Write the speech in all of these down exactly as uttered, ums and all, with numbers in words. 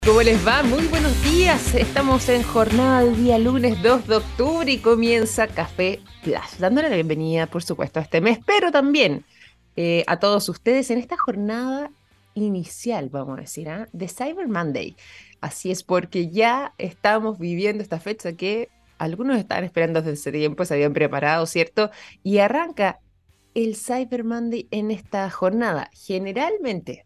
¿Cómo les va? Muy buenos días. Estamos en jornada del día lunes dos de octubre y comienza Café Plus, dándole la bienvenida, por supuesto, a este mes, pero también eh, a todos ustedes en esta jornada inicial, vamos a decir, ¿ah? de Cyber Monday. Así es, porque ya estamos viviendo esta fecha que algunos estaban esperando desde ese tiempo, se habían preparado, ¿cierto? Y arranca el Cyber Monday en esta jornada. Generalmente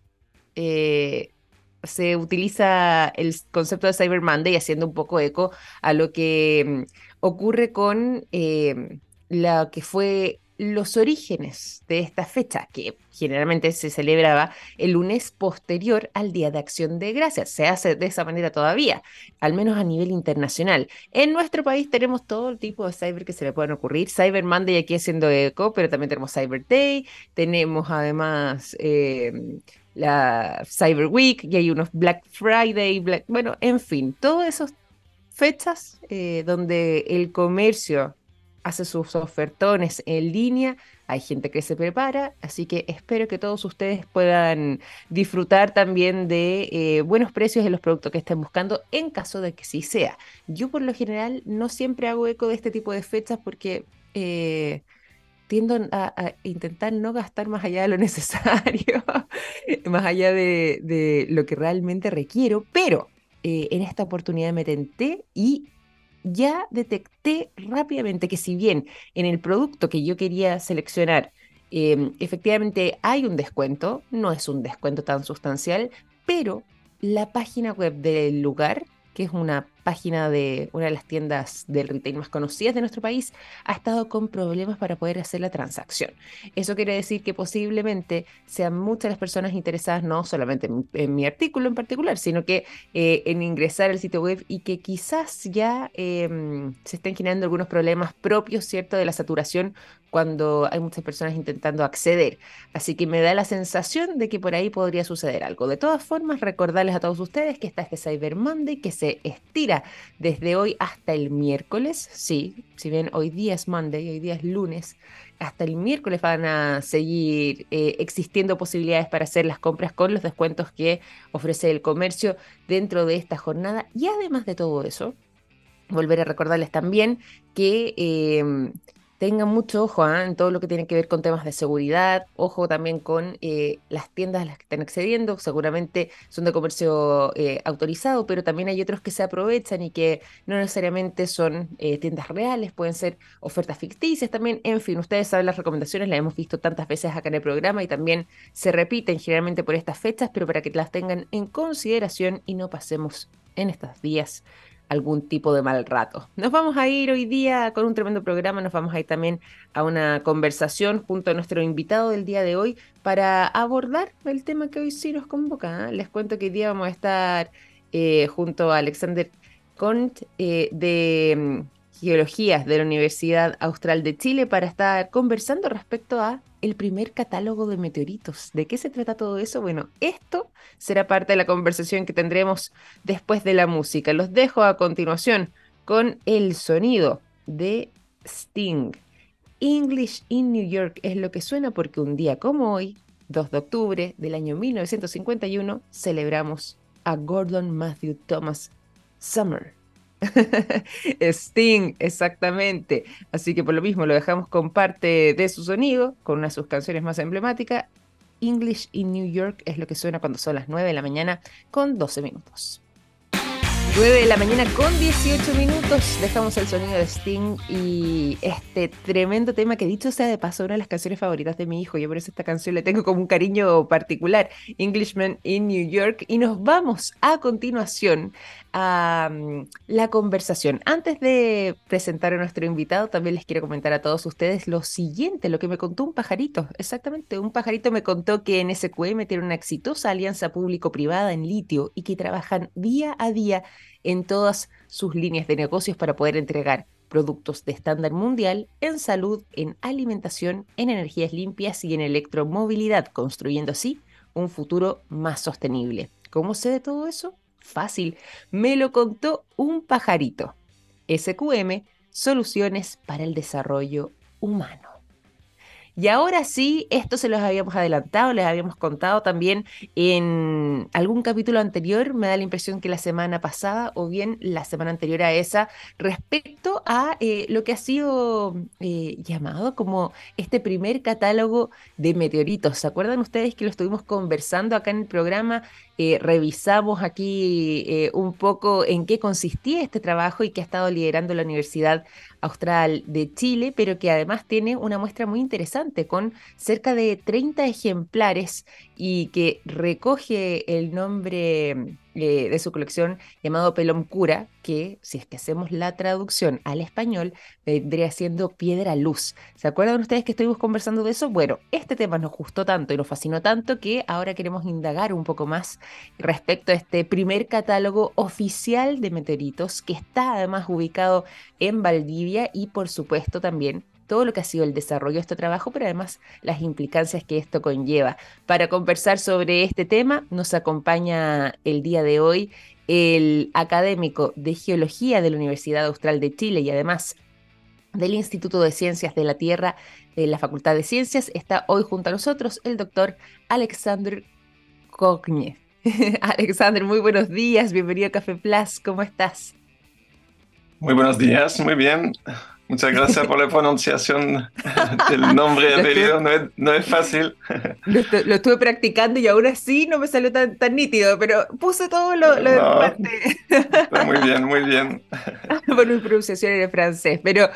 eh, se utiliza el s- concepto de Cyber Monday haciendo un poco eco a lo que mm, ocurre con eh, lo que fue los orígenes de esta fecha, que generalmente se celebraba el lunes posterior al Día de Acción de Gracias. Se hace de esa manera todavía, al menos a nivel internacional. En nuestro país tenemos todo el tipo de cyber que se le pueden ocurrir. Cyber Monday aquí haciendo eco, pero también tenemos Cyber Day, tenemos además eh, la Cyber Week y hay unos Black Friday, Black, bueno, en fin, todas esas fechas eh, donde el comercio hace sus ofertones en línea, hay gente que se prepara, así que espero que todos ustedes puedan disfrutar también de eh, buenos precios de los productos que estén buscando en caso de que sí sea. Yo por lo general no siempre hago eco de este tipo de fechas porque... eh, tiendo a, a intentar no gastar más allá de lo necesario, más allá de, de lo que realmente requiero, pero eh, en esta oportunidad me tenté y ya detecté rápidamente que si bien en el producto que yo quería seleccionar, eh, efectivamente hay un descuento, no es un descuento tan sustancial, pero la página web del lugar, que es una página de una de las tiendas del retail más conocidas de nuestro país, ha estado con problemas para poder hacer la transacción. Eso quiere decir que posiblemente sean muchas las personas interesadas, no solamente en, en mi artículo en particular, sino que eh, en ingresar al sitio web y que quizás ya eh, se estén generando algunos problemas propios, ¿cierto?, de la saturación cuando hay muchas personas intentando acceder. Así que me da la sensación de que por ahí podría suceder algo. De todas formas, recordarles a todos ustedes que está este Cyber Monday que se estira desde hoy hasta el miércoles. Sí, si bien hoy día es Monday, hoy día es lunes, hasta el miércoles van a seguir eh, existiendo posibilidades para hacer las compras con los descuentos que ofrece el comercio dentro de esta jornada. Y además de todo eso, volver a recordarles también que eh, tengan mucho ojo ¿ah? en todo lo que tiene que ver con temas de seguridad, ojo también con eh, las tiendas a las que están accediendo, seguramente son de comercio eh, autorizado, pero también hay otros que se aprovechan y que no necesariamente son eh, tiendas reales, pueden ser ofertas ficticias también, en fin, ustedes saben las recomendaciones, las hemos visto tantas veces acá en el programa y también se repiten generalmente por estas fechas, pero para que las tengan en consideración y no pasemos en estos días algún tipo de mal rato. Nos vamos a ir hoy día con un tremendo programa, nos vamos a ir también a una conversación junto a nuestro invitado del día de hoy para abordar el tema que hoy sí nos convoca. ¿eh? Les cuento que hoy día vamos a estar eh, junto a Alexander Cont eh, de mm, Geologías de la Universidad Austral de Chile para estar conversando respecto a el primer catálogo de meteoritos. ¿De qué se trata todo eso? Bueno, esto será parte de la conversación que tendremos después de la música. Los dejo a continuación con el sonido de Sting. English in New York es lo que suena porque un día como hoy, dos de octubre del año mil novecientos cincuenta y uno, celebramos a Gordon Matthew Thomas Summer. Sting, exactamente. Así que por lo mismo lo dejamos con parte de su sonido, con una de sus canciones más emblemáticas. English in New York es lo que suena cuando son las nueve de la mañana con doce minutos. nueve de la mañana con dieciocho minutos. Dejamos el sonido de Sting y este tremendo tema que, dicho sea de paso, una de las canciones favoritas de mi hijo. Yo por eso esta canción le tengo como un cariño particular. Englishman in New York. Y nos vamos a continuación a mm, la conversación. Antes de presentar a nuestro invitado, también les quiero comentar a todos ustedes lo siguiente, lo que me contó un pajarito. Exactamente, un pajarito me contó que en S Q M tiene una exitosa alianza público-privada en litio y que trabajan día a día en todas sus líneas de negocios para poder entregar productos de estándar mundial en salud, en alimentación, en energías limpias y en electromovilidad, construyendo así un futuro más sostenible. ¿Cómo sé de todo eso? Fácil, me lo contó un pajarito. S Q M, soluciones para el desarrollo humano. Y ahora sí, esto se los habíamos adelantado, les habíamos contado también en algún capítulo anterior, me da la impresión que la semana pasada o bien la semana anterior a esa, respecto a eh, lo que ha sido eh, llamado como este primer catálogo de meteoritos. ¿Se acuerdan ustedes que lo estuvimos conversando acá en el programa? Eh, revisamos aquí eh, un poco en qué consistía este trabajo y que ha estado liderando la Universidad Austral de Chile, pero que además tiene una muestra muy interesante con cerca de treinta ejemplares y que recoge el nombre eh, de su colección llamado Pelomcura, que si es que hacemos la traducción al español, vendría siendo piedra luz. ¿Se acuerdan ustedes que estuvimos conversando de eso? Bueno, este tema nos gustó tanto y nos fascinó tanto que ahora queremos indagar un poco más respecto a este primer catálogo oficial de meteoritos que está además ubicado en Valdivia y por supuesto también todo lo que ha sido el desarrollo de este trabajo, pero además las implicancias que esto conlleva. Para conversar sobre este tema nos acompaña el día de hoy el académico de Geología de la Universidad Austral de Chile y además del Instituto de Ciencias de la Tierra de la Facultad de Ciencias. Está hoy junto a nosotros el doctor Alexander Kogne. Alexander, muy buenos días, bienvenido a Café Plus, ¿cómo estás? Muy buenos días, muy bien. Muchas gracias por la pronunciación del nombre y Lo estuve, apellido. No es, no es fácil. lo estu- lo estuve practicando y aún así no me salió tan, tan nítido, pero puse todo lo, lo de mi No, parte. está muy bien, muy bien. Por mi pronunciación en el francés. Pero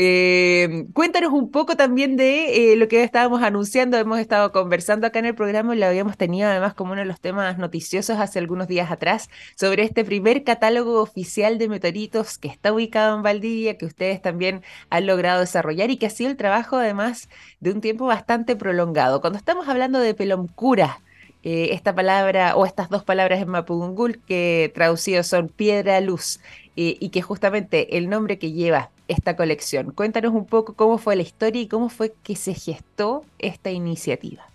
eh, cuéntanos un poco también de eh, lo que estábamos anunciando. Hemos estado conversando acá en el programa y lo habíamos tenido además como uno de los temas noticiosos hace algunos días atrás sobre este primer catálogo oficial de meteoritos que está ubicado en Valdivia, que ustedes también han logrado desarrollar y que ha sido el trabajo además de un tiempo bastante prolongado. Cuando estamos hablando de Pelomcura, eh, esta palabra o estas dos palabras en mapudungul que traducidos son piedra luz eh, y que justamente el nombre que lleva esta colección. Cuéntanos un poco cómo fue la historia y cómo fue que se gestó esta iniciativa.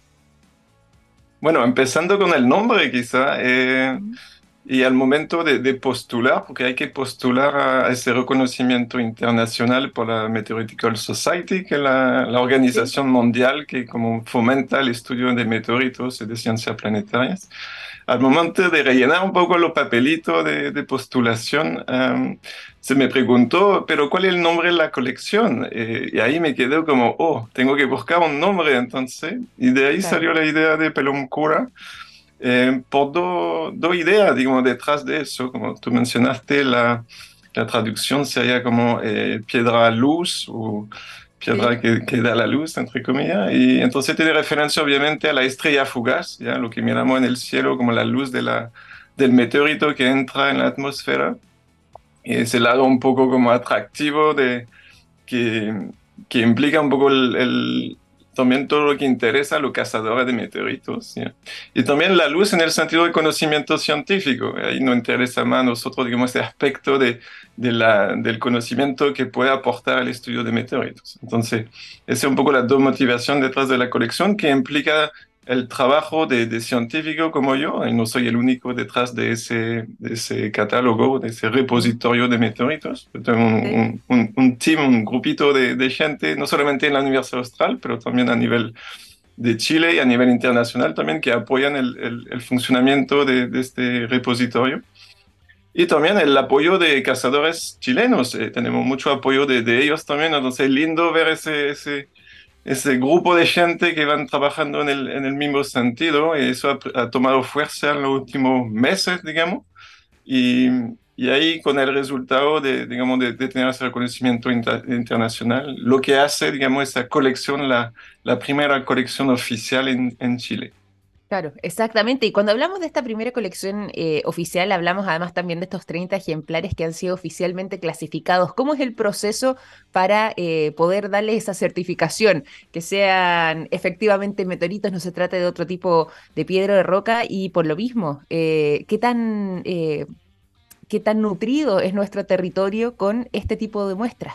Bueno, empezando con el nombre quizá, eh, Mm. y al momento de, de postular, porque hay que postular a ese reconocimiento internacional por la Meteoritical Society, que es la, la Sí, organización mundial que como fomenta el estudio de meteoritos y de ciencias planetarias. Al momento de rellenar un poco los papelitos de, de postulación, um, se me preguntó, pero ¿cuál es el nombre de la colección? Eh, y ahí me quedé como, oh, tengo que buscar un nombre entonces. Y de ahí claro, salió la idea de Pelumcura, eh, por do- dos ideas, digamos, detrás de eso. Como tú mencionaste, la, la traducción sería como eh, piedra luz o piedra sí, que, que da la luz, entre comillas. Y entonces tiene referencia obviamente a la estrella fugaz, ¿ya? Lo que miramos en el cielo como la luz de la, del meteorito que entra en la atmósfera. Y ese lado un poco como atractivo de, que, que implica un poco el, el- también todo lo que interesa a los cazadores de meteoritos, ¿ya? Y también la luz en el sentido del conocimiento científico. Ahí nos interesa más a nosotros, digamos, este aspecto de, de la, del conocimiento que puede aportar al estudio de meteoritos. Entonces, esa es un poco la dos motivación detrás de la colección que implica el trabajo de, de científico como yo, y no soy el único detrás de ese, de ese catálogo, de ese mm, repositorio de meteoritos. Yo tengo sí, un, un, un, un team, un grupito de, de gente, no solamente en la Universidad Austral, pero también a nivel de Chile y a nivel internacional también, que apoyan el, el, el funcionamiento de, de este repositorio. Y también el apoyo de cazadores chilenos. Eh, tenemos mucho apoyo de, de ellos también, entonces es lindo ver ese, ese, ese grupo de gente que van trabajando en el, en el mismo sentido, y eso ha, ha tomado fuerza en los últimos meses, digamos, y, y ahí con el resultado de, digamos, de, de tener ese reconocimiento inter- internacional, lo que hace, digamos, esa colección, la, la primera colección oficial en, en Chile. claro, exactamente. Y cuando hablamos de esta primera colección eh, oficial, hablamos además también de estos treinta ejemplares que han sido oficialmente clasificados. ¿Cómo es el proceso para eh, poder darle esa certificación? Que sean efectivamente meteoritos, no se trate de otro tipo de piedra o de roca. Y por lo mismo, eh, ¿qué tan, eh, qué tan nutrido es nuestro territorio con este tipo de muestras?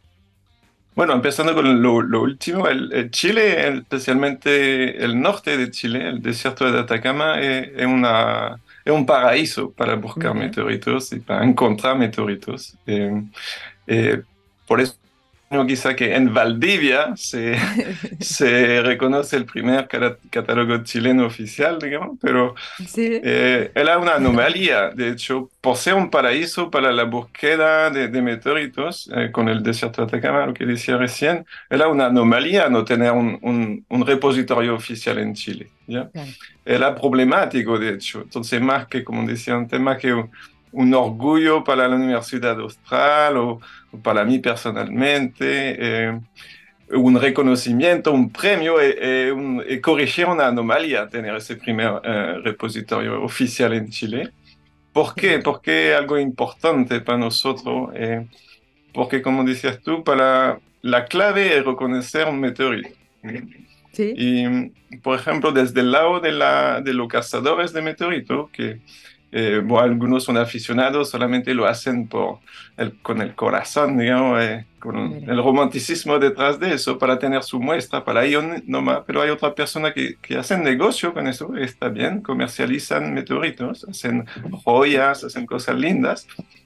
Bueno, empezando con lo, lo último, el, el Chile, el- especialmente el norte de Chile, el desierto de Atacama, eh, es, una, es un paraíso para buscar Ya, meteoritos y para encontrar meteoritos. Eh, eh, por eso quizá que en Valdivia se, se reconoce el primer cara- catálogo chileno oficial, digamos, pero Sí, eh, era una anomalía. De hecho, por ser un paraíso para la búsqueda de, de meteoritos, eh, con el desierto de Atacama, lo que decía recién, era una anomalía no tener un, un, un repositorio oficial en Chile, ¿ya? claro. Era problemático, de hecho. Entonces, más que, como decía antes, más que un, un orgullo para la Universidad Austral o, o para mí personalmente, eh, un reconocimiento, un premio y, y, un, y corregir una anomalía, tener ese primer eh, repositorio oficial en Chile. ¿Por qué? Genial. Porque es algo importante para nosotros, eh, porque como decías tú, para la clave es reconocer un meteorito. Sí, Y, por ejemplo, desde el lado de, la, de los cazadores de meteoritos, que eh, bueno, algunos son aficionados, solamente lo hacen por el, con el corazón, digamos, eh, con mira, el romanticismo detrás de eso, para tener su muestra, para ellos nomás, pero hay otra persona que, que hacen negocio con eso, y está bien, comercializan meteoritos, hacen joyas, hacen cosas lindas,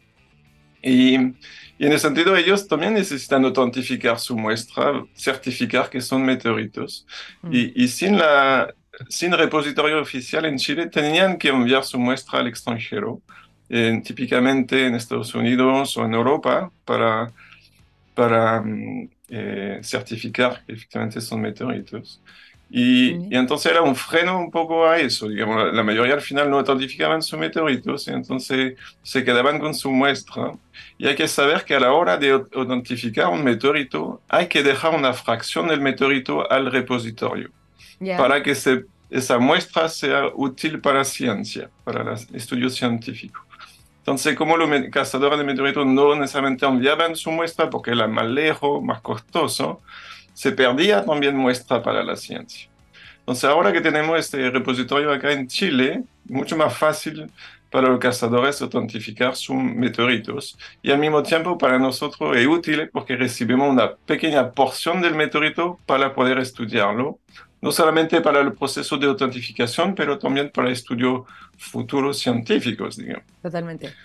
y, y en ese sentido, ellos también necesitan autentificar su muestra, certificar que son meteoritos. mm, Y, y sin, la, sin repositorio oficial en Chile, tenían que enviar su muestra al extranjero, eh, típicamente en Estados Unidos o en Europa, para, para mm, eh, certificar que efectivamente son meteoritos. Y, mira, y entonces era un freno un poco a eso, digamos, la, la mayoría al final no autentificaban sus meteoritos y entonces se quedaban con su muestra. Y hay que saber que a la hora de aut- autentificar un meteorito hay que dejar una fracción del meteorito al repositorio ya, para que se- esa muestra sea útil para la ciencia, para el estudio científico. Entonces, como los me- cazadores de meteoritos no necesariamente enviaban su muestra porque era más lejos, más costoso, se perdía también muestra para la ciencia. Entonces, ahora que tenemos este repositorio acá en Chile, mucho más fácil para los cazadores autentificar sus meteoritos y al mismo tiempo para nosotros es útil porque recibimos una pequeña porción del meteorito para poder estudiarlo, no solamente para el proceso de autentificación, pero también para estudios futuros científicos, digamos. totalmente,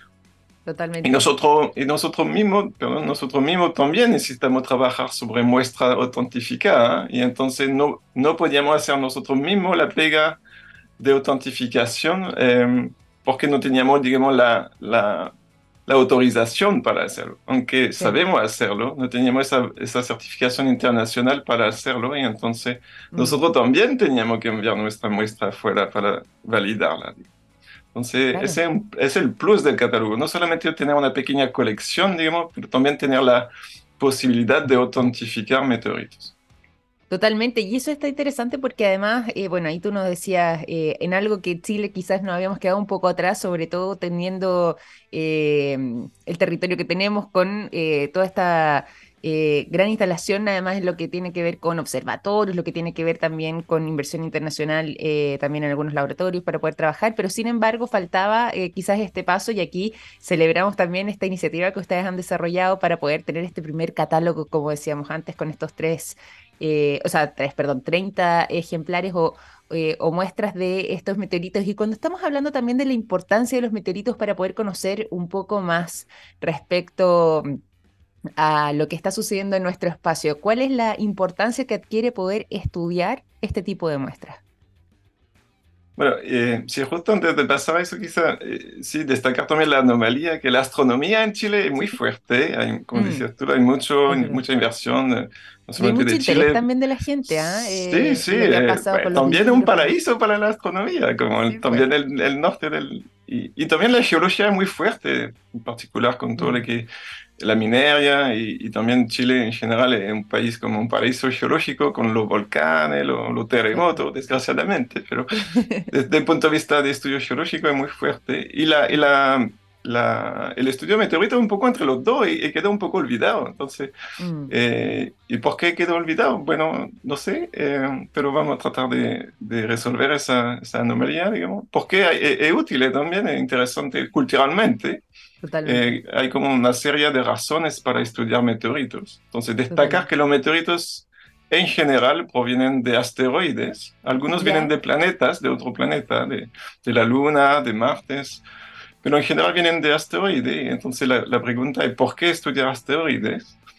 Y totalmente. nosotros, y nosotros mismos, perdón, nosotros mismos también necesitamos trabajar sobre muestra autentificada, ¿eh? Y entonces no, no podíamos hacer nosotros mismos la pega de autentificación eh, porque no teníamos, digamos, la, la, la autorización para hacerlo. Aunque Sí, sabemos hacerlo, no teníamos esa, esa certificación internacional para hacerlo y entonces mm, nosotros también teníamos que enviar nuestra muestra afuera para validarla. Entonces, claro. ese es, un- es el plus del catálogo. No solamente tener una pequeña colección, digamos, pero también tener la posibilidad de autentificar meteoritos. Totalmente, y eso está interesante porque además, eh, bueno, ahí tú nos decías eh, en algo que Chile quizás nos habíamos quedado un poco atrás, sobre todo teniendo eh, el territorio que tenemos con eh, toda esta eh, gran instalación, además en lo que tiene que ver con observatorios, lo que tiene que ver también con inversión internacional, eh, también en algunos laboratorios para poder trabajar, pero sin embargo faltaba eh, quizás este paso y aquí celebramos también esta iniciativa que ustedes han desarrollado para poder tener este primer catálogo, como decíamos antes, con estos tres eh, o sea, tres, perdón, treinta ejemplares o, eh, o muestras de estos meteoritos. Y cuando estamos hablando también de la importancia de los meteoritos para poder conocer un poco más respecto mm, a lo que está sucediendo en nuestro espacio, ¿cuál es la importancia que adquiere poder estudiar este tipo de muestras? Bueno, eh, sí, justo antes de pasar a eso, quizá, eh, sí, destacar también la anomalía, que la astronomía en Chile es muy Sí. fuerte. Hay, como Mm, decías tú, hay mucho, es verdad. mucha inversión, eh, no Y hay solamente mucho de interés Chile. también de la gente, ¿ah? Sí, Eh, sí, lo que ha eh, pasado bueno, con los también es un libros, con... paraíso para la astronomía, como el- Sí, pues. también el, el norte del... Y, y también la geología es muy fuerte, en particular con todo lo Mm. que la minería y, y también Chile en general es un país como un paraíso geológico con los volcanes, los, los Total. terremotos, desgraciadamente, pero desde el punto de vista de estudio geológico es muy fuerte. Y, la, y la, la- el estudio de meteoritos es un poco entre los dos y, y queda un poco olvidado. Entonces, Mm, eh, ¿y por qué quedó olvidado? Bueno, no sé, eh, pero vamos a tratar de, de resolver esa, esa anomalía, digamos, porque es, es útil eh, también, es interesante culturalmente. totalmente, Eh, hay como una serie de razones para estudiar meteoritos. Entonces, destacar que totalmente. los meteoritos en general provienen de asteroides, algunos vienen ¿Ya? de planetas, de otro planeta, de, de la Luna, de Marte, pero en general vienen de asteroides. Entonces, la, la pregunta es, ¿por qué estudiar asteroides?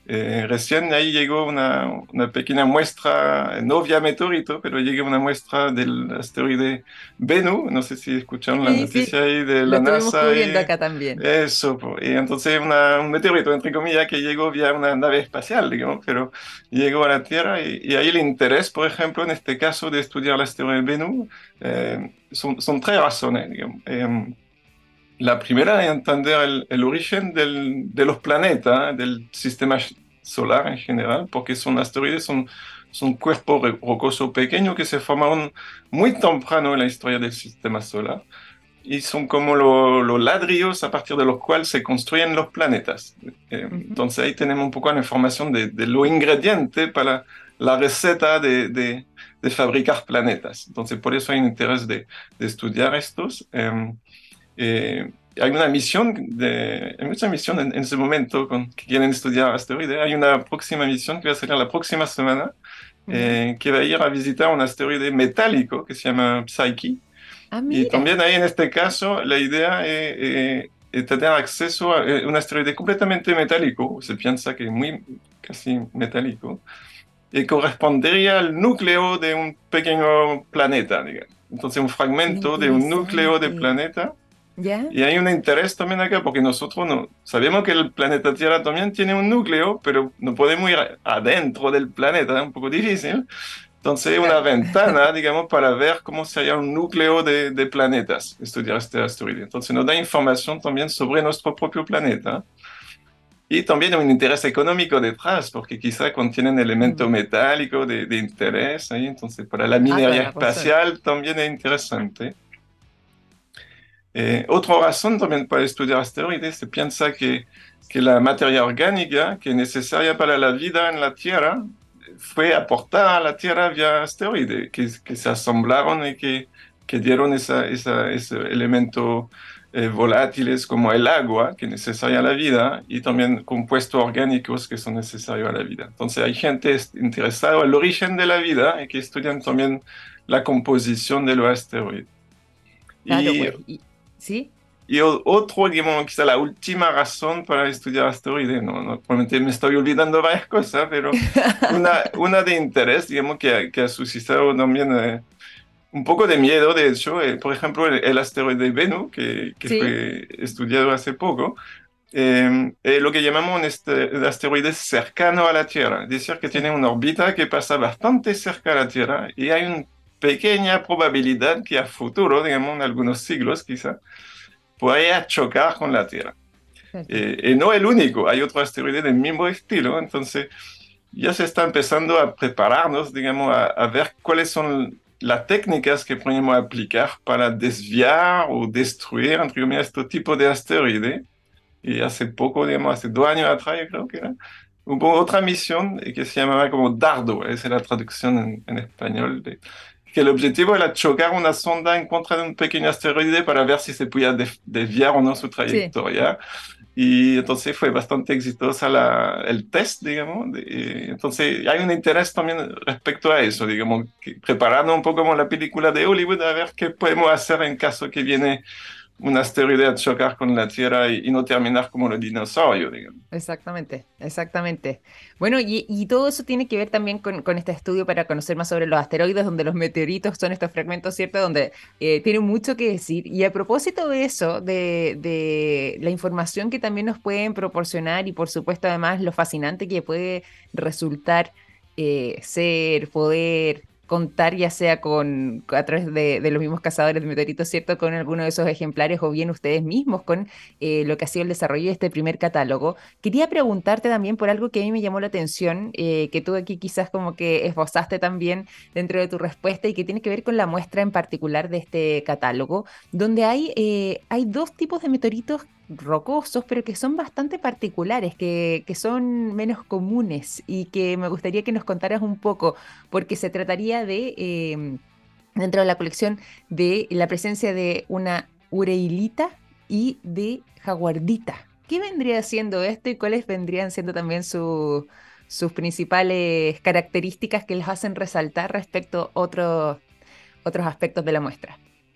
Eh, recién ahí llegó una, una pequeña muestra, no vía meteorito, pero llegó una muestra del asteroide Bennu. No sé si escucharon la Sí, sí, noticia ahí de lo la estuvimos NASA. cubriendo Y acá también. eso, po. Y entonces una- un meteorito, entre comillas, que llegó vía una nave espacial, digamos, pero llegó a la Tierra. Y, y ahí el interés, por ejemplo, en este caso de estudiar el asteroide Bennu, eh, son, son tres razones, digamos. Em, la primera es entender el, el origen del- de los planetas, del sistema solar en general, porque son asteroides, son, son cuerpos ro- rocosos pequeños que se formaron muy temprano en la historia del sistema solar y son como lo- los ladrillos a partir de los cuales se construyen los planetas. Eh, Ujú. entonces ahí tenemos un poco la información de, de los ingredientes para la receta de, de- de fabricar planetas. Entonces por eso hay un interés de, de estudiar estos. Em, eh, hay una misión, de, hay muchas misiones en, en ese momento con, que quieren estudiar asteroides. Hay una próxima misión que va a salir la próxima semana, ¿Ya? eh, que va a ir a visitar un asteroide metálico que se llama Psyche. Ah, Y mira, también ahí en este caso la idea es, eh, es tener acceso a eh, un asteroide completamente metálico, se piensa que es muy casi metálico, y correspondería al núcleo de un pequeño planeta, digamos. Entonces un qué fragmento de un núcleo de interesante. planeta. ¿Ya? Y hay un interés también acá, porque nosotros no sabemos que el planeta Tierra también tiene un núcleo, pero no podemos ir a- adentro del planeta, es un poco difícil. Entonces, una Claro. ventana, digamos, para ver cómo sería un núcleo de, de planetas, estudiar este asteroide. Entonces, nos da información también sobre nuestro propio planeta. Y también un interés económico detrás, porque quizá contienen elementos Mm. metálicos de, de interés ahí. Entonces, para la Ah, toda minería la razón. espacial también es interesante. Eh, otra razón también para estudiar asteroides, se piensa que, que la materia orgánica que es necesaria para la vida en la Tierra fue aportada a la Tierra vía asteroides, que, que se asamblaron y que, que dieron esa, esa, ese elemento eh, volátiles como el agua, que es necesaria a la vida, y también compuestos orgánicos que son necesarios a la vida. Entonces hay gente interesada en el origen de la vida y que estudian también la composición de los asteroides. Claro, Y pues. Y, ¿sí? y o- otro, digamos, quizá la última razón para estudiar asteroides, no, no, probablemente me estoy olvidando varias cosas, pero una, una de interés, digamos, que, ha- que ha suscitado también eh, un poco de miedo, de hecho, eh, por ejemplo, el, el asteroide Bennu, que, que ¿Sí? fue estudiado hace poco, eh, es lo que llamamos un este- un asteroide cercano a la Tierra, es decir, que Sí. tiene una órbita que pasa bastante cerca a la Tierra y hay una pequeña probabilidad que a futuro, digamos, en algunos siglos quizá, pueda chocar con la Tierra. Claro. Eh, y no el único, hay otro asteroide del mismo estilo, entonces ya se está empezando a prepararnos, digamos, a, a ver cuáles son las técnicas que podemos aplicar para desviar o destruir, entre comillas, este tipo de asteroide. Y hace poco, digamos, hace dos años atrás, yo creo que era, hubo otra misión eh, que se llamaba como Dardo, esa es la traducción en, en español, de- que el objetivo era chocar una sonda en contra de un pequeño asteroide para ver si se podía des- desviar o no su Sí. trayectoria. Y entonces fue bastante exitosa la, el test, digamos. de- eh, entonces hay un interés también respecto a eso, digamos, que, preparando un poco como la película de Hollywood a ver qué podemos hacer en caso que viene un asteroide a chocar con la Tierra y, y no terminar como los dinosaurios, digamos. Exactamente, exactamente. Bueno, y, y todo eso tiene que ver también con, con este estudio para conocer más sobre los asteroides, donde los meteoritos son estos fragmentos, ¿cierto? Donde eh, tienen mucho que decir. Y a propósito de eso, de, de la información que también nos pueden proporcionar y por supuesto además lo fascinante que puede resultar eh, ser, poder contar ya sea con a través de, de los mismos cazadores de meteoritos, ¿cierto? Con alguno de esos ejemplares o bien ustedes mismos con eh, lo que ha sido el desarrollo de este primer catálogo. Quería preguntarte también por algo que a mí me llamó la atención, eh, que tú aquí quizás como que esbozaste también dentro de tu respuesta y que tiene que ver con la muestra en particular de este catálogo, donde hay, eh, hay dos tipos de meteoritos rocosos, pero que son bastante particulares, que, que son menos comunes y que me gustaría que nos contaras un poco, porque se trataría de, eh, dentro de la colección, de la presencia de una ureilita y de jaguardita. ¿Qué vendría siendo esto y cuáles vendrían siendo también su- sus principales características que les hacen resaltar respecto a otros, otros aspectos de la muestra?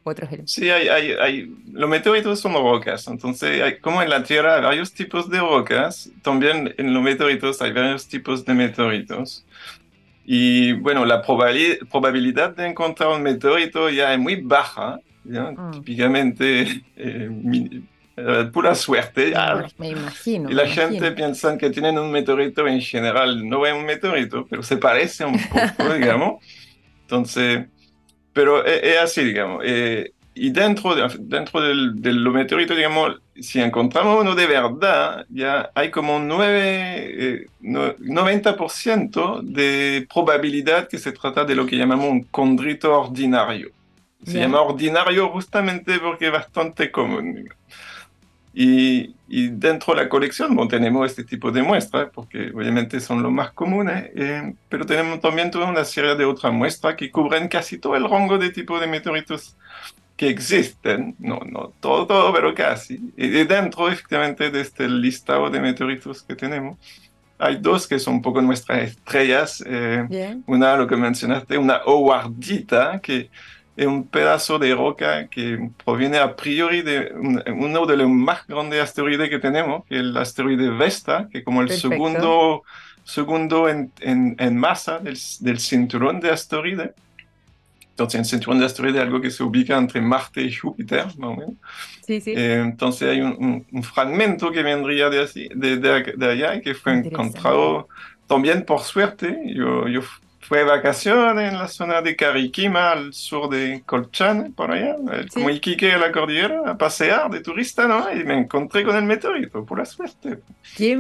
otros elementos. Sí, hay, hay, hay, los meteoritos son rocas, entonces hay, como en la Tierra hay varios tipos de rocas, también en los meteoritos hay varios tipos de meteoritos. Y bueno, la probabili- probabilidad de encontrar un meteorito ya es muy baja, ¿ya? Mm, Típicamente eh, mi- eh, pura suerte. me, Ya. ima- me imagino, Y me la gente imagino. piensa que tienen un meteorito, en general no es un meteorito, pero se parece un poco, digamos. Entonces... Pero es, es así, digamos. Eh, y dentro de, dentro del, de los meteoritos, digamos, si encontramos uno de verdad, ya hay como un nueve, eh, no- noventa por ciento de probabilidad que se trata de lo que llamamos un condrito ordinario. Se llama ¿Ya? ordinario justamente porque es bastante común, digamos. Y, y dentro de la colección bueno, tenemos este tipo de muestras, porque obviamente son los más comunes, eh, pero tenemos también toda una serie de otras muestras que cubren casi todo el rango de tipo de meteoritos que existen, no, no todo, todo, pero casi. Y, y dentro, efectivamente, de este listado de meteoritos que tenemos, hay dos que son un poco nuestras estrellas. Eh, ¿Ya? una, lo que mencionaste, una howardita, que es un pedazo de roca que proviene a priori de un- uno de los más grandes asteroides que tenemos, que es el asteroide Vesta, que es como el Perfecto. segundo, segundo en, en, en masa del, del cinturón de asteroides. Entonces, el cinturón de asteroides es algo que se ubica entre Marte y Júpiter, más o menos. Sí, sí. Eh, entonces hay un, un- un fragmento que vendría de, así, de, de- de allá y que fue Interesante. encontrado también por suerte. Yo, yo fui de vacaciones en la zona de Cariquima, al sur de Colchane, por allá, eh, como Sí. Iquique a la cordillera, a pasear de turista, ¿no? Y me encontré con el meteorito, pura suerte. ¡Qué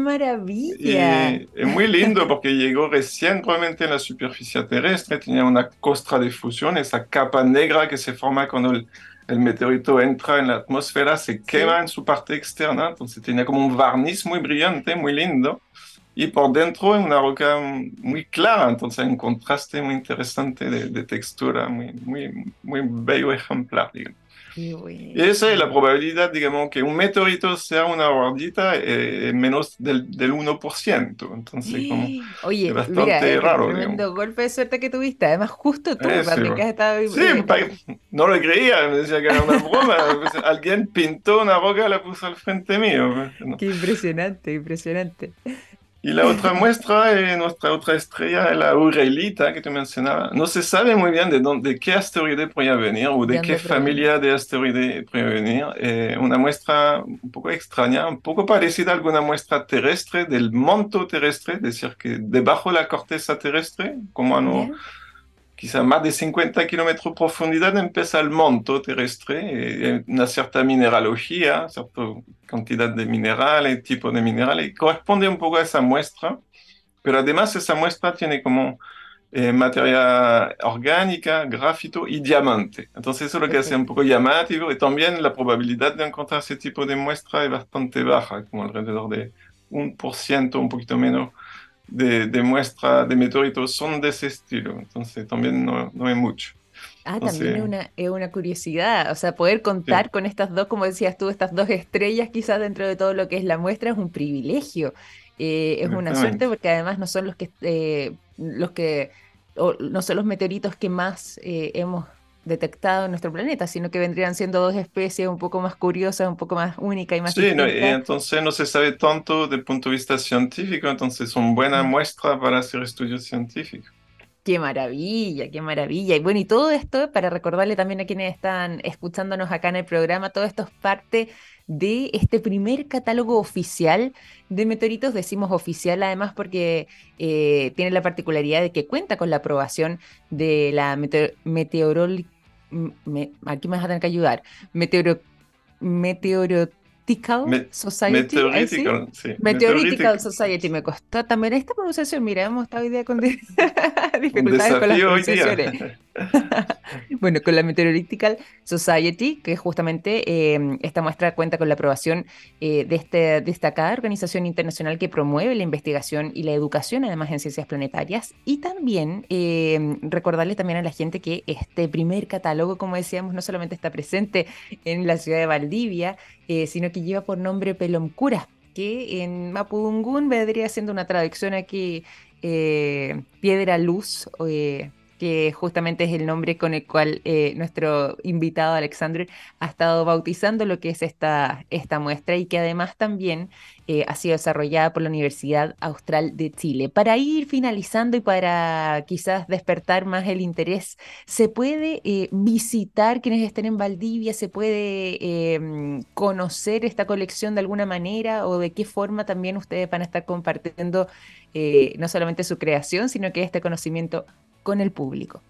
Y maravilla! es muy lindo porque llegó recién probablemente en la superficie terrestre, tenía una costra de fusión, esa capa negra que se forma cuando el, el meteorito entra en la atmósfera, se quema Sí. en su parte externa, entonces tenía como un barniz muy brillante, muy lindo, y por dentro es una roca muy clara, entonces hay un contraste muy interesante de, de textura, muy, muy, muy bello ejemplar, digamos. Qué Y esa es la buena. probabilidad, digamos, que un meteorito sea una gordita, eh, menos del, del uno por ciento. Entonces, como es Oye, mira, bastante eh, pero raro, digamos. tremendo golpe de suerte que tuviste. Además, justo tú, Eh, sí, Randy, que bueno. has estado... Sí, eh, pa- eh, no lo creía, me decía que era una broma. Pues, alguien pintó una roca y la puso al frente mío. Pues, no. qué impresionante, impresionante. Y la otra muestra, eh, nuestra otra estrella, es la Urelita que te mencionaba. No se sabe muy bien de dónde, de qué asteroide podía venir o ¿De de qué dónde proviene? familia de asteroide podía venir. Eh, una muestra un poco extraña, un poco parecida a alguna muestra terrestre del manto terrestre, es decir, que debajo de la corteza terrestre, como a no, ¿Ya? quizá más de cincuenta kilómetros de profundidad, empieza el manto terrestre, eh, una cierta mineralogía, cierta cantidad de minerales, tipo de minerales, y corresponde un poco a esa muestra. Pero además esa muestra tiene como eh, materia orgánica, grafito y diamante. Entonces eso es lo que hace un Perfecto. poco llamativo y también la probabilidad de encontrar ese tipo de muestra es bastante baja, como alrededor de un por ciento, un poquito menos de, de muestra de meteoritos son de ese estilo. Entonces también no, no hay mucho. Ah, también es Entonces, una, es una curiosidad. O sea, poder sí, contar con estas dos, como decías tú, estas dos estrellas quizás dentro de todo lo que es la muestra es un privilegio. Eh, es una suerte exactamente. porque además no son los que, eh, los que, o no son los meteoritos que más eh, hemos detectado en nuestro planeta, sino que vendrían siendo dos especies un poco más curiosas, un poco más únicas y más Sí, no, y distintas. entonces no se sabe tanto desde el punto de vista científico, entonces son buena Mm. muestra para hacer estudios científicos. Qué maravilla, qué maravilla. Y bueno, y todo esto, para recordarle también a quienes están escuchándonos acá en el programa, todo esto es parte de este primer catálogo oficial de meteoritos. Decimos oficial además porque eh, tiene la particularidad de que cuenta con la aprobación de la meteo meteorol- m- me- aquí me vas a tener que ayudar. Meteoro Meteoritical Me- Society, ahí sí. Meteoritical, sí, Meteoritical meteoritical. Society, me costó también esta pronunciación. Mira, hemos estado hoy día con di- Un dificultades con las desafío hoy día. pronunciaciones. Bueno, con la Meteoritical Society, que justamente eh, esta muestra cuenta con la aprobación eh, de esta destacada organización internacional que promueve la investigación y la educación, además en ciencias planetarias. Y también eh, recordarle también a la gente que este primer catálogo, como decíamos, no solamente está presente en la ciudad de Valdivia, eh, sino que lleva por nombre Pelomcura, que en Mapudungún vendría siendo una traducción aquí, eh, piedra luz. eh, que justamente es el nombre con el cual eh, nuestro invitado Alexander ha estado bautizando lo que es esta, esta muestra y que además también eh, ha sido desarrollada por la Universidad Austral de Chile. Para ir finalizando y para quizás despertar más el interés, ¿se puede eh, visitar quienes estén en Valdivia? ¿Se puede eh, conocer esta colección de alguna manera? ¿O de qué forma también ustedes van a estar compartiendo eh, no solamente su creación, sino que este conocimiento con el público?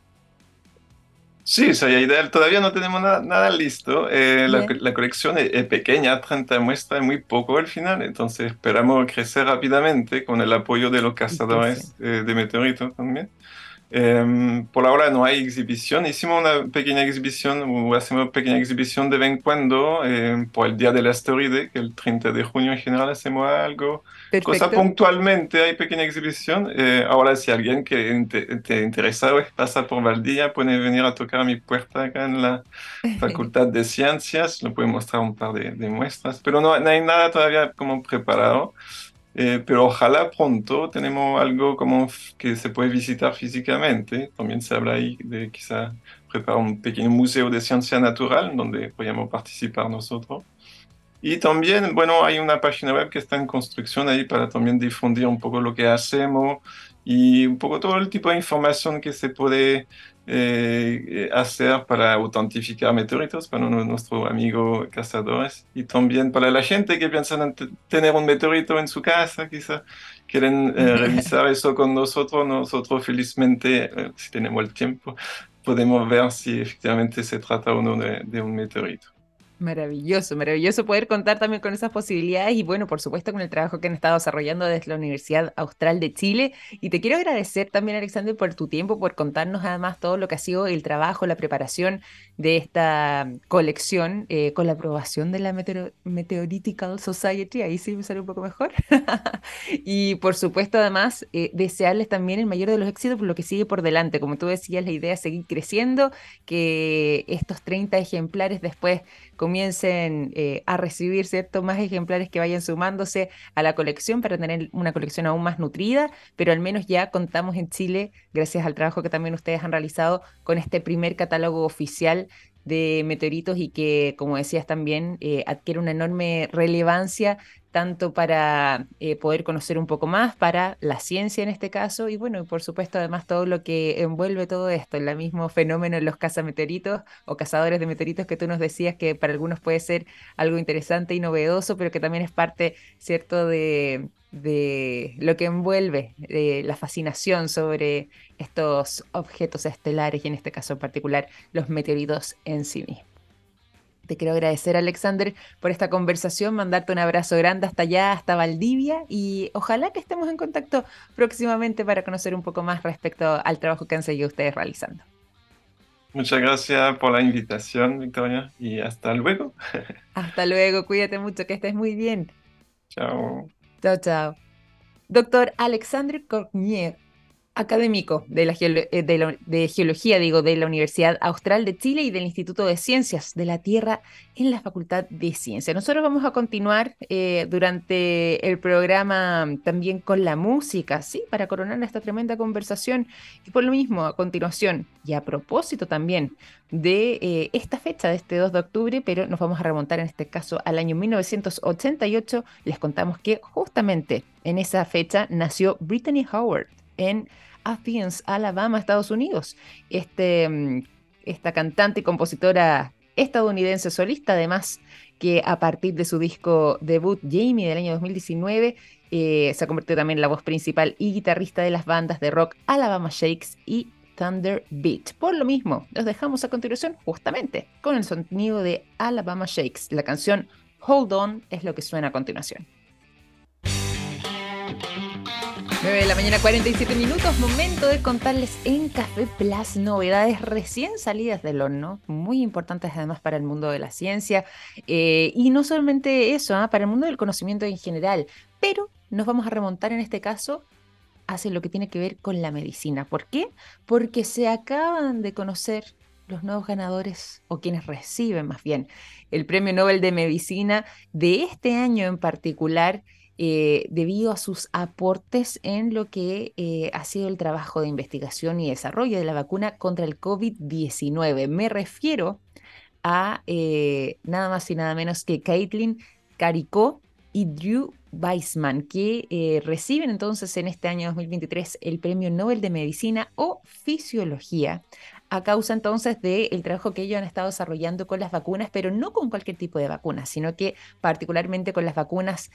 Sí, sería ideal. Todavía no tenemos nada, nada listo. Eh, la, co- Bien, la colección es, es pequeña, treinta muestras, es muy poco al final, entonces esperamos crecer rápidamente con el apoyo de los cazadores impresionante. eh, de meteoritos también. Em, por ahora no hay exhibición. Hicimos una pequeña exhibición, o hacemos una pequeña exhibición de vez en cuando, em, por el Día del Asteroide, que el treinta de junio en general hacemos algo. Cosa Perfecto. puntualmente hay pequeña exhibición. Eh, ahora, si alguien que inte- te interesa o pasa por Valdivia, puede venir a tocar a mi puerta acá en la Facultad de Ciencias. Le puedo mostrar un par de, de muestras, pero no, no hay nada todavía como preparado. Eh, pero ojalá pronto tenemos algo como f- que se puede visitar físicamente. También se habla ahí de quizá preparar un pequeño museo de ciencia natural donde podamos participar nosotros. Y también, bueno, hay una página web que está en construcción ahí para también difundir un poco lo que hacemos y un poco todo el tipo de información que se puede eh, hacer para autentificar meteoritos para nu- nuestros amigos cazadores y también para la gente que piensa en te- tener un meteorito en su casa, quizá quieren eh, revisar eso con nosotros. Nosotros felizmente, eh, si tenemos el tiempo, podemos ver si efectivamente se trata o no de de un meteorito. Maravilloso, maravilloso poder contar también con esas posibilidades y bueno, por supuesto con el trabajo que han estado desarrollando desde la Universidad Austral de Chile. Y te quiero agradecer también, Alexander, por tu tiempo, por contarnos además todo lo que ha sido el trabajo, la preparación de esta colección eh, con la aprobación de la Meteoro- Meteoritical Society. Ahí sí me sale un poco mejor. Y por supuesto, además, eh, desearles también el mayor de los éxitos por lo que sigue por delante. Como tú decías, la idea es seguir creciendo, que estos treinta ejemplares después comiencen eh, a recibir, ¿cierto? Más ejemplares que vayan sumándose a la colección para tener una colección aún más nutrida, pero al menos ya contamos en Chile, gracias al trabajo que también ustedes han realizado, con este primer catálogo oficial de meteoritos y que, como decías también, eh, adquiere una enorme relevancia tanto para eh, poder conocer un poco más, para la ciencia en este caso, y bueno, y por supuesto además todo lo que envuelve todo esto, el mismo fenómeno en los cazameteoritos o cazadores de meteoritos que tú nos decías que para algunos puede ser algo interesante y novedoso, pero que también es parte, ¿cierto?, de, de lo que envuelve eh, la fascinación sobre estos objetos estelares y en este caso en particular los meteoritos en sí mismos. Te quiero agradecer, Alexander, por esta conversación, mandarte un abrazo grande hasta allá, hasta Valdivia, y ojalá que estemos en contacto próximamente para conocer un poco más respecto al trabajo que han seguido ustedes realizando. Muchas gracias por la invitación, Victoria, y hasta luego. Hasta luego, cuídate mucho, que estés muy bien. Chao. Chao, chao. Doctor Alexandre Cornier, académico de, la geolo- eh, de, la- de geología, digo, de la Universidad Austral de Chile y del Instituto de Ciencias de la Tierra en la Facultad de Ciencias. Nosotros vamos a continuar eh, durante el programa también con la música, ¿sí? Para coronar esta tremenda conversación. Y por lo mismo, a continuación, y a propósito también de eh, esta fecha, de este dos de octubre, pero nos vamos a remontar en este caso al año mil novecientos ochenta y ocho, les contamos que justamente en esa fecha nació Brittany Howard en Athens, Alabama, Estados Unidos. Este, mm, esta cantante y compositora estadounidense solista, además que a partir de su disco debut Jamie del año dos mil diecinueve, eh, se ha convertido también en la voz principal y guitarrista de las bandas de rock Alabama Shakes y Thunder Beat. Por lo mismo, los dejamos a continuación justamente con el sonido de Alabama Shakes. La canción Hold On es lo que suena a continuación. nueve de la mañana, cuarenta y siete minutos, momento de contarles en Café Plus novedades recién salidas del horno, muy importantes además para el mundo de la ciencia, eh, y no solamente eso, ¿ah? Para el mundo del conocimiento en general, pero nos vamos a remontar en este caso hacia lo que tiene que ver con la medicina. ¿Por qué? Porque se acaban de conocer los nuevos ganadores, o quienes reciben más bien, el Premio Nobel de Medicina de este año en particular, eh, debido a sus aportes en lo que eh, ha sido el trabajo de investigación y desarrollo de la vacuna contra el COVID diecinueve. Me refiero a eh, nada más y nada menos que Caitlin Caricó y Drew Weissman, que eh, reciben entonces en este año dos mil veintitrés el Premio Nobel de Medicina o Fisiología, a causa entonces del trabajo que ellos han estado desarrollando con las vacunas, pero no con cualquier tipo de vacunas, sino que particularmente con las vacunas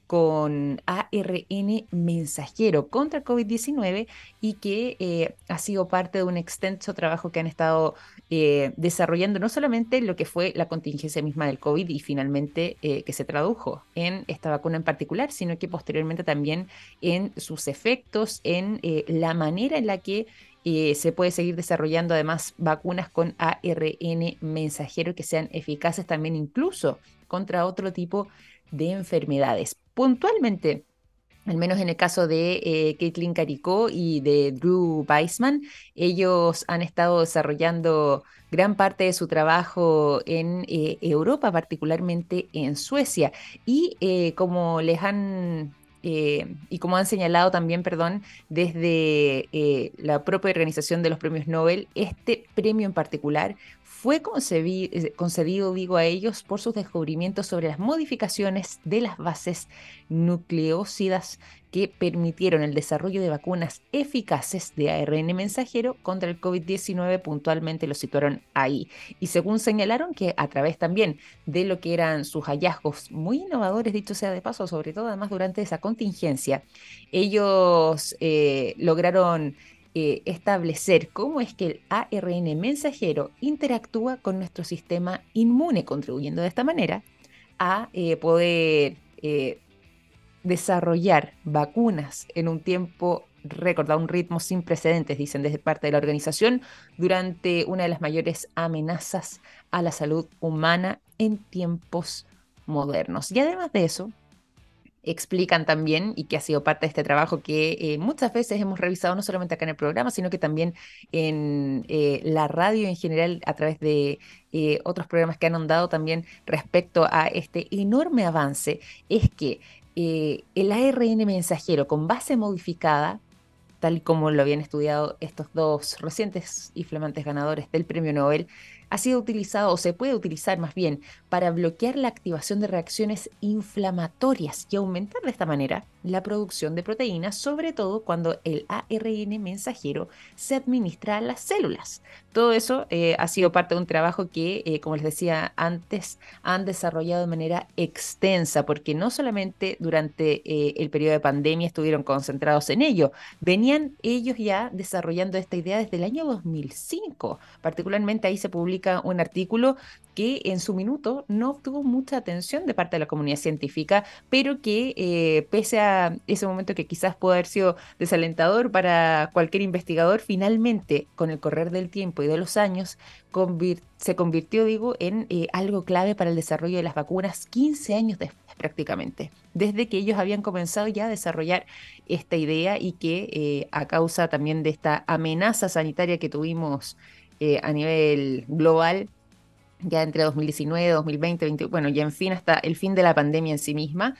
con A R N mensajero contra el COVID diecinueve y que eh, ha sido parte de un extenso trabajo que han estado eh, desarrollando no solamente lo que fue la contingencia misma del COVID y finalmente eh, que se tradujo en esta vacuna en particular, sino que posteriormente también en sus efectos, en eh, la manera en la que eh, se puede seguir desarrollando además vacunas con A R N mensajero que sean eficaces también incluso contra otro tipo de enfermedades. Puntualmente, al menos en el caso de eh, Caitlin Caricó y de Drew Weissman, ellos han estado desarrollando gran parte de su trabajo en eh, Europa, particularmente en Suecia. Y eh, como les han eh, y como han señalado también, perdón, desde eh, la propia organización de los premios Nobel, este premio en particular fue concebi- eh, concedido, digo, a ellos por sus descubrimientos sobre las modificaciones de las bases nucleósidas que permitieron el desarrollo de vacunas eficaces de A R N mensajero contra el COVID diecinueve, puntualmente lo situaron ahí. Y según señalaron que a través también de lo que eran sus hallazgos muy innovadores, dicho sea de paso, sobre todo además durante esa contingencia, ellos eh, lograron eh, establecer cómo es que el A R N mensajero interactúa con nuestro sistema inmune, contribuyendo de esta manera a eh, poder eh, desarrollar vacunas en un tiempo récord, a un ritmo sin precedentes, dicen desde parte de la organización, durante una de las mayores amenazas a la salud humana en tiempos modernos. Y además de eso, explican también, y que ha sido parte de este trabajo que eh, muchas veces hemos revisado, no solamente acá en el programa, sino que también en eh, la radio en general, a través de eh, otros programas que han ahondado también respecto a este enorme avance, es que eh, el A R N mensajero con base modificada, tal y como lo habían estudiado estos dos recientes y flamantes ganadores del Premio Nobel, ha sido utilizado o se puede utilizar más bien para bloquear la activación de reacciones inflamatorias y aumentar de esta manera la producción de proteínas, sobre todo cuando el A R N mensajero se administra a las células. Todo eso eh, ha sido parte de un trabajo que, eh, como les decía antes, han desarrollado de manera extensa, porque no solamente durante eh, el periodo de pandemia estuvieron concentrados en ello, venían ellos ya desarrollando esta idea desde el año dos mil cinco. Particularmente ahí se publica un artículo que en su minuto no obtuvo mucha atención de parte de la comunidad científica, pero que eh, pese a ese momento que quizás pudo haber sido desalentador para cualquier investigador, finalmente con el correr del tiempo y de los años convir se convirtió, digo, en eh, algo clave para el desarrollo de las vacunas quince años después prácticamente, desde que ellos habían comenzado ya a desarrollar esta idea y que eh, a causa también de esta amenaza sanitaria que tuvimos eh, a nivel global, ya entre dos mil diecinueve, dos mil veinte, veinte, bueno, y en fin, hasta el fin de la pandemia en sí misma,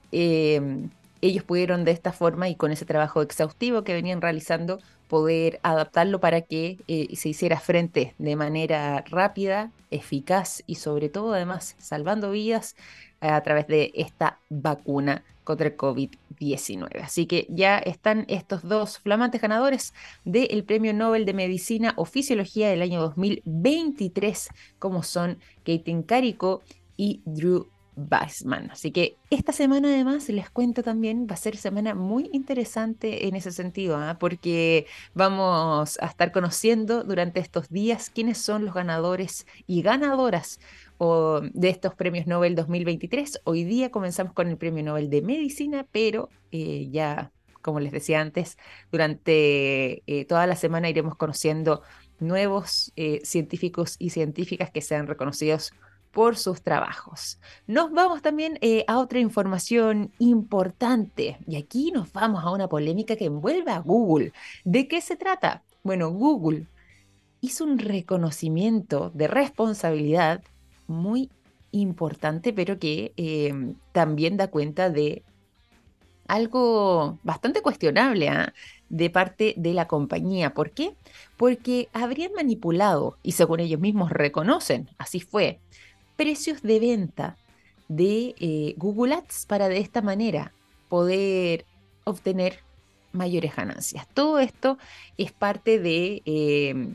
eh, ellos pudieron de esta forma y con ese trabajo exhaustivo que venían realizando, poder adaptarlo para que eh, se hiciera frente de manera rápida, eficaz y sobre todo además salvando vidas a través de esta vacuna contra el COVID diecinueve. Así que ya están estos dos flamantes ganadores del Premio Nobel de Medicina o Fisiología del año dos mil veintitrés, como son Caitlin Caricó y Drew Weissman. Así que esta semana además les cuento también, va a ser semana muy interesante en ese sentido, ¿eh? Porque vamos a estar conociendo durante estos días quiénes son los ganadores y ganadoras o, de estos premios Nobel dos mil veintitrés. Hoy día comenzamos con el Premio Nobel de Medicina, pero eh, ya, como les decía antes, durante eh, toda la semana iremos conociendo nuevos eh, científicos y científicas que sean reconocidos por sus trabajos. Nos vamos también eh, a otra información importante y aquí nos vamos a una polémica que envuelve a Google. ¿De qué se trata? Bueno, Google hizo un reconocimiento de responsabilidad muy importante, pero que eh, también da cuenta de algo bastante cuestionable, ¿ah? De parte de la compañía. ¿Por qué? Porque habrían manipulado, y según ellos mismos reconocen, así fue, precios de venta de eh, Google Ads para de esta manera poder obtener mayores ganancias. Todo esto es parte de eh,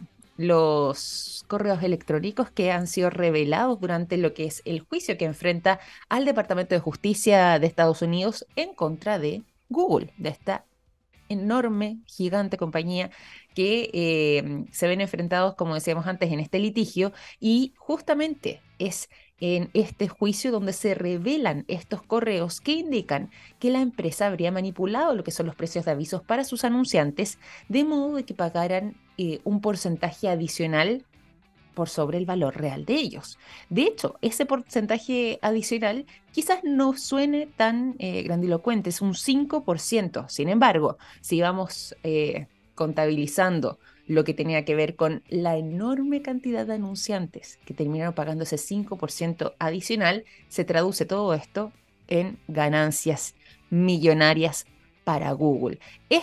los correos electrónicos que han sido revelados durante lo que es el juicio que enfrenta al Departamento de Justicia de Estados Unidos en contra de Google, de esta enorme, gigante compañía que eh, se ven enfrentados, como decíamos antes, en este litigio, y justamente es en este juicio donde se revelan estos correos que indican que la empresa habría manipulado lo que son los precios de avisos para sus anunciantes, de modo de que pagaran eh, un porcentaje adicional por sobre el valor real de ellos. De hecho, ese porcentaje adicional quizás no suene tan eh, grandilocuente, es un cinco por ciento. Sin embargo, si vamos eh, contabilizando lo que tenía que ver con la enorme cantidad de anunciantes que terminaron pagando ese cinco por ciento adicional, se traduce todo esto en ganancias millonarias para Google.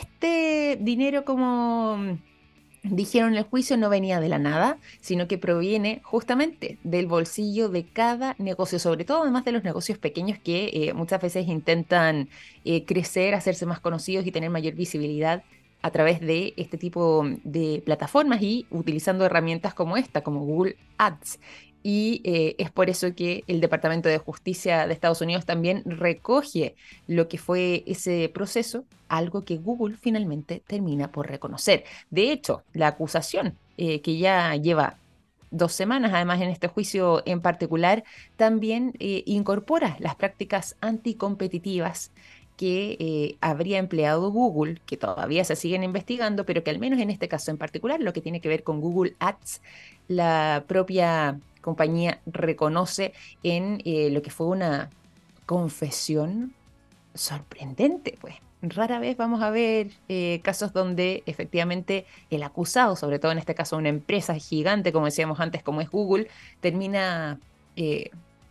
Este dinero, como dijeron en el juicio, no venía de la nada, sino que proviene justamente del bolsillo de cada negocio, sobre todo además de los negocios pequeños que eh, muchas veces intentan eh, crecer, hacerse más conocidos y tener mayor visibilidad a través de este tipo de plataformas y utilizando herramientas como esta, como Google Ads. Y eh, es por eso que el Departamento de Justicia de Estados Unidos también recoge lo que fue ese proceso, algo que Google finalmente termina por reconocer. De hecho, la acusación eh, que ya lleva dos semanas, además en este juicio en particular, también eh, incorpora las prácticas anticompetitivas que eh, habría empleado Google, que todavía se siguen investigando, pero que al menos en este caso en particular, lo que tiene que ver con Google Ads, la propia compañía reconoce en eh, lo que fue una confesión sorprendente, pues. Rara vez vamos a ver eh, casos donde efectivamente el acusado, sobre todo en este caso una empresa gigante, como decíamos antes, como es Google, termina eh,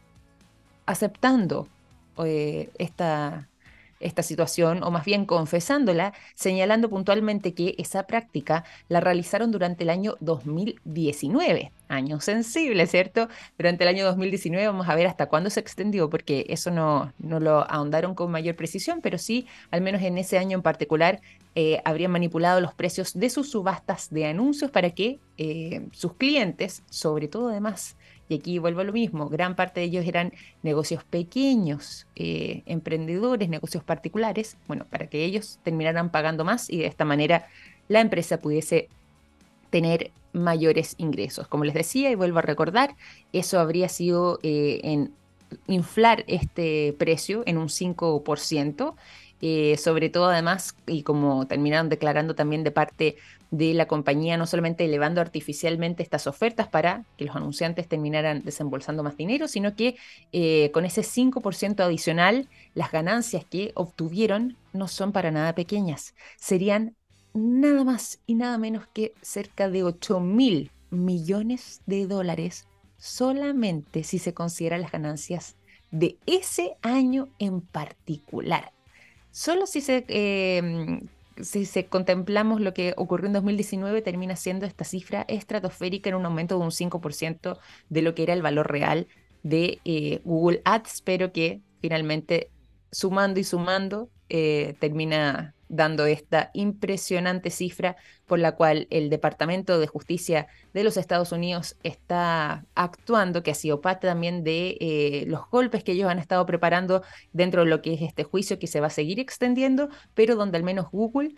aceptando eh, esta, esta situación, o más bien confesándola, señalando puntualmente que esa práctica la realizaron durante el año dos mil diecinueve, año sensible, ¿cierto? Durante el año dos mil diecinueve vamos a ver hasta cuándo se extendió, porque eso no, no lo ahondaron con mayor precisión, pero sí, al menos en ese año en particular, eh, habrían manipulado los precios de sus subastas de anuncios para que eh, sus clientes, sobre todo además, y aquí vuelvo a lo mismo, gran parte de ellos eran negocios pequeños, eh, emprendedores, negocios particulares, bueno, para que ellos terminaran pagando más y de esta manera la empresa pudiese tener mayores ingresos. Como les decía y vuelvo a recordar, eso habría sido eh, en inflar este precio en un cinco por ciento, eh, sobre todo además, y como terminaron declarando también de parte de la compañía, no solamente elevando artificialmente estas ofertas para que los anunciantes terminaran desembolsando más dinero, sino que eh, con ese cinco por ciento adicional, las ganancias que obtuvieron no son para nada pequeñas, serían nada más y nada menos que cerca de ocho mil millones de dólares solamente si se consideran las ganancias de ese año en particular. Solo si se, eh, si se contemplamos lo que ocurrió en dos mil diecinueve, termina siendo esta cifra estratosférica en un aumento de un cinco por ciento de lo que era el valor real de eh, Google Ads, pero que finalmente sumando y sumando eh, termina dando esta impresionante cifra por la cual el Departamento de Justicia de los Estados Unidos está actuando, que ha sido parte también de eh, los golpes que ellos han estado preparando dentro de lo que es este juicio que se va a seguir extendiendo, pero donde al menos Google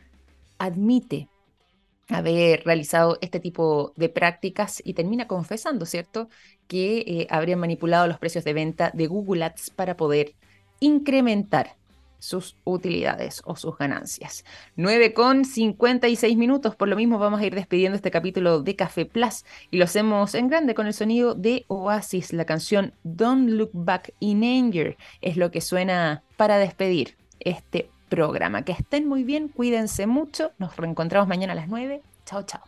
admite haber realizado este tipo de prácticas y termina confesando, ¿cierto?, que eh, habrían manipulado los precios de venta de Google Ads para poder incrementar sus utilidades o sus ganancias. nueve con cincuenta y seis minutos, por lo mismo vamos a ir despidiendo este capítulo de Café Plus y lo hacemos en grande con el sonido de Oasis, la canción Don't Look Back in Anger, es lo que suena para despedir este programa. Que estén muy bien, cuídense mucho, nos reencontramos mañana a las nueve, chao chao.